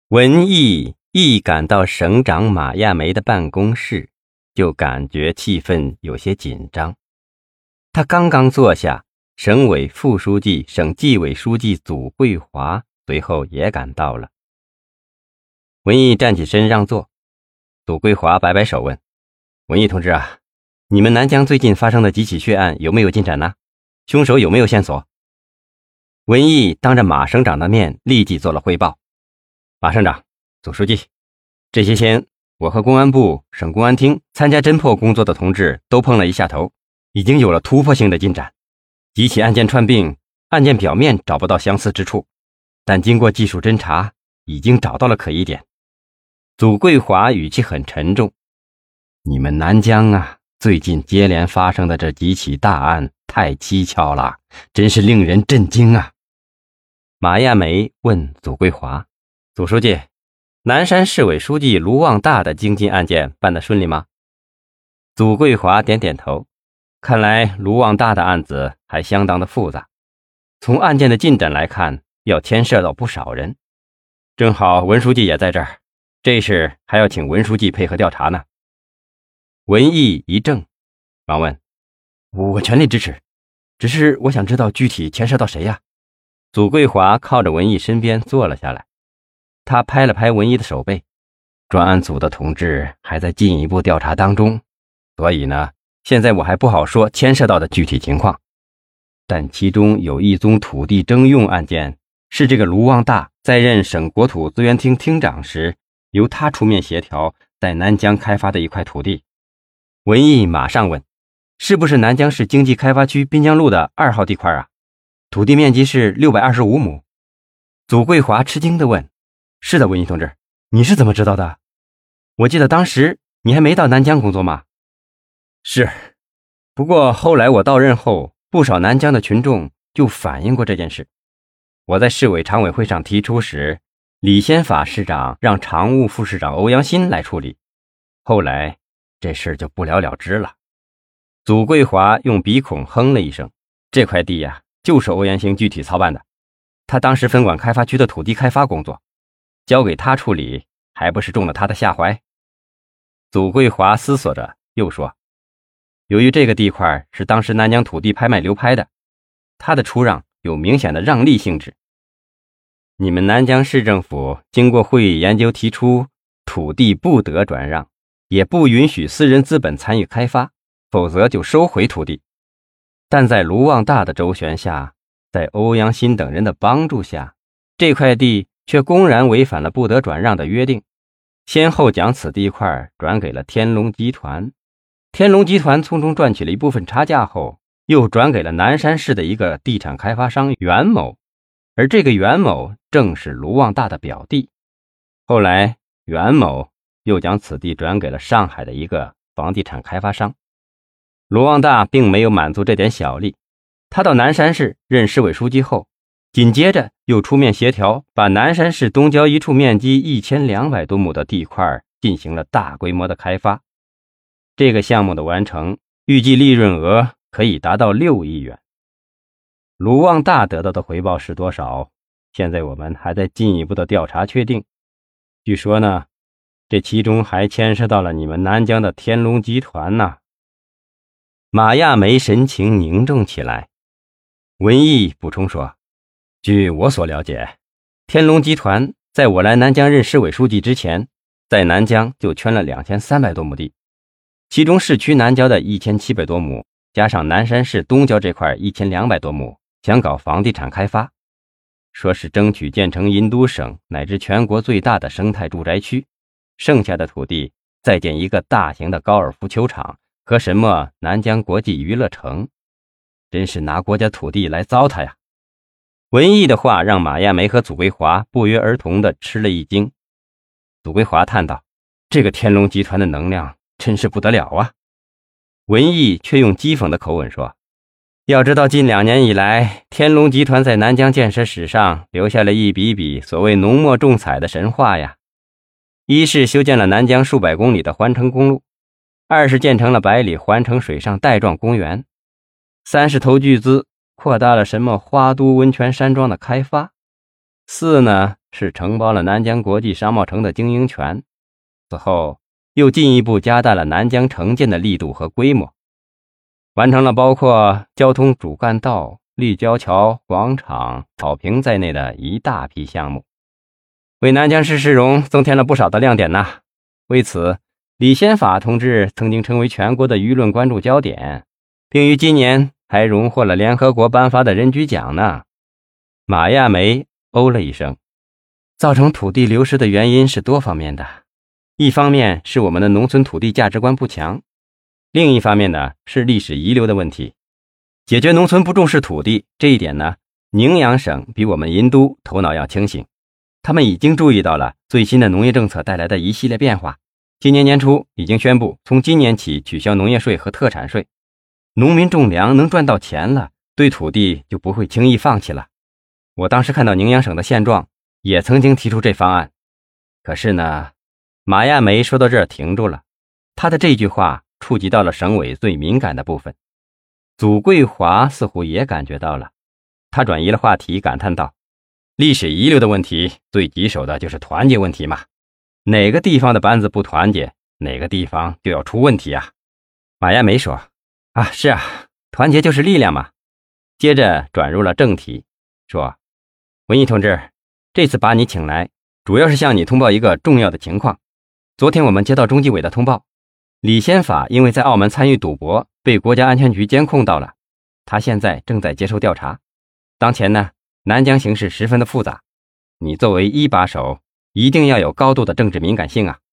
文艺一赶到省长马亚梅的办公室，就感觉气氛有些紧张。他刚刚坐下，省委副书记、省纪委书记祖桂华随后也赶到了。文艺站起身让座，祖桂华摆摆手问：文艺同志啊，你们南疆最近发生的几起血案有没有进展呢？凶手有没有线索？文艺当着马省长的面立即做了汇报。马省长、祖书记，这些天我和公安部、省公安厅参加侦破工作的同志都碰了一下头，已经有了突破性的进展。几起案件串并，案件表面找不到相似之处，但经过技术侦查，已经找到了可疑点。祖桂华语气很沉重：你们南疆啊，最近接连发生的这几起大案太蹊跷了，真是令人震惊啊。马亚梅问祖桂华：祖书记，南山市委书记卢旺大的经济案件办得顺利吗？祖桂华点点头，看来卢旺大的案子还相当的复杂，从案件的进展来看，要牵涉到不少人。正好文书记也在这儿，这事还要请文书记配合调查呢。文艺一怔，忙问：我全力支持，只是我想知道具体牵涉到谁呀？祖桂华靠着文艺身边坐了下来，他拍了拍文艺的手背：专案组的同志还在进一步调查当中，所以呢，现在我还不好说牵涉到的具体情况。但其中有一宗土地征用案件，是这个卢旺大在任省国土资源厅厅长时，由他出面协调在南疆开发的一块土地。文艺马上问：是不是南疆市经济开发区滨江路的2号地块啊？土地面积是625亩。祖桂华吃惊地问：是的，文艺同志，你是怎么知道的？我记得当时你还没到南疆工作吗？是，不过后来我到任后，不少南疆的群众就反映过这件事。我在市委常委会上提出时，李先法市长让常务副市长欧阳新来处理，后来这事就不了了之了。祖桂华用鼻孔哼了一声：这块地呀，就是欧阳兴具体操办的，他当时分管开发区的土地开发工作，交给他处理，还不是中了他的下怀？祖桂华思索着又说：由于这个地块是当时南疆土地拍卖流拍的，它的出让有明显的让利性质。你们南疆市政府经过会议研究提出，土地不得转让，也不允许私人资本参与开发，否则就收回土地。但在卢旺大的周旋下，在欧阳新等人的帮助下，这块地却公然违反了不得转让的约定，先后将此地块转给了天龙集团。天龙集团从中赚取了一部分差价后，又转给了南山市的一个地产开发商袁某，而这个袁某正是卢旺大的表弟。后来袁某又将此地转给了上海的一个房地产开发商。卢旺大并没有满足这点小利，他到南山市任市委书记后，紧接着又出面协调，把南山市东郊一处面积1200多亩的地块进行了大规模的开发。这个项目的完成，预计利润额可以达到6亿元。卢旺大得到的回报是多少？现在我们还在进一步的调查确定。据说呢，这其中还牵涉到了你们南疆的天龙集团呢。马亚梅神情凝重起来。文艺补充说：据我所了解，天龙集团在我来南疆任市委书记之前，在南疆就圈了2300多亩地，其中市区南郊的1700多亩，加上南山市东郊这块1200多亩，想搞房地产开发，说是争取建成银都省乃至全国最大的生态住宅区，剩下的土地再建一个大型的高尔夫球场和什么南疆国际娱乐城，真是拿国家土地来糟蹋呀。文艺的话让马亚梅和祖桂华不约而同地吃了一惊。祖桂华叹道：这个天龙集团的能量真是不得了啊。文艺却用讥讽的口吻说：要知道近2年以来，天龙集团在南疆建设史上留下了一笔笔所谓浓墨重彩的神话呀。一是修建了南疆数百公里的环城公路，二是建成了100里环城水上带状公园，三是投巨资扩大了什么花都温泉山庄的开发，四呢是承包了南疆国际商贸城的经营权，此后又进一步加大了南疆城建的力度和规模，完成了包括交通主干道、立交桥、广场、草坪在内的一大批项目，为南疆市市容增添了不少的亮点呐。为此，李先法同志曾经成为全国的舆论关注焦点，并于今年还荣获了联合国颁发的人居奖呢。马亚梅哦了一声，造成土地流失的原因是多方面的，一方面是我们的农村土地价值观不强，另一方面呢是历史遗留的问题。解决农村不重视土地这一点呢，宁阳省比我们银都头脑要清醒，他们已经注意到了最新的农业政策带来的一系列变化。今年年初已经宣布从今年起取消农业税和特产税，农民种粮能赚到钱了，对土地就不会轻易放弃了。我当时看到宁阳省的现状，也曾经提出这方案。可是呢，马亚梅说到这儿停住了，他的这句话触及到了省委最敏感的部分。祖桂华似乎也感觉到了，他转移了话题，感叹道：历史遗留的问题最棘手的就是团结问题嘛，哪个地方的班子不团结，哪个地方就要出问题啊。马亚梅说：是啊，团结就是力量嘛。接着转入了正题，说：文艺同志，这次把你请来，主要是向你通报一个重要的情况。昨天我们接到中纪委的通报，李先法因为在澳门参与赌博，被国家安全局监控到了，他现在正在接受调查。当前呢，南疆形势十分的复杂，你作为一把手，一定要有高度的政治敏感性啊。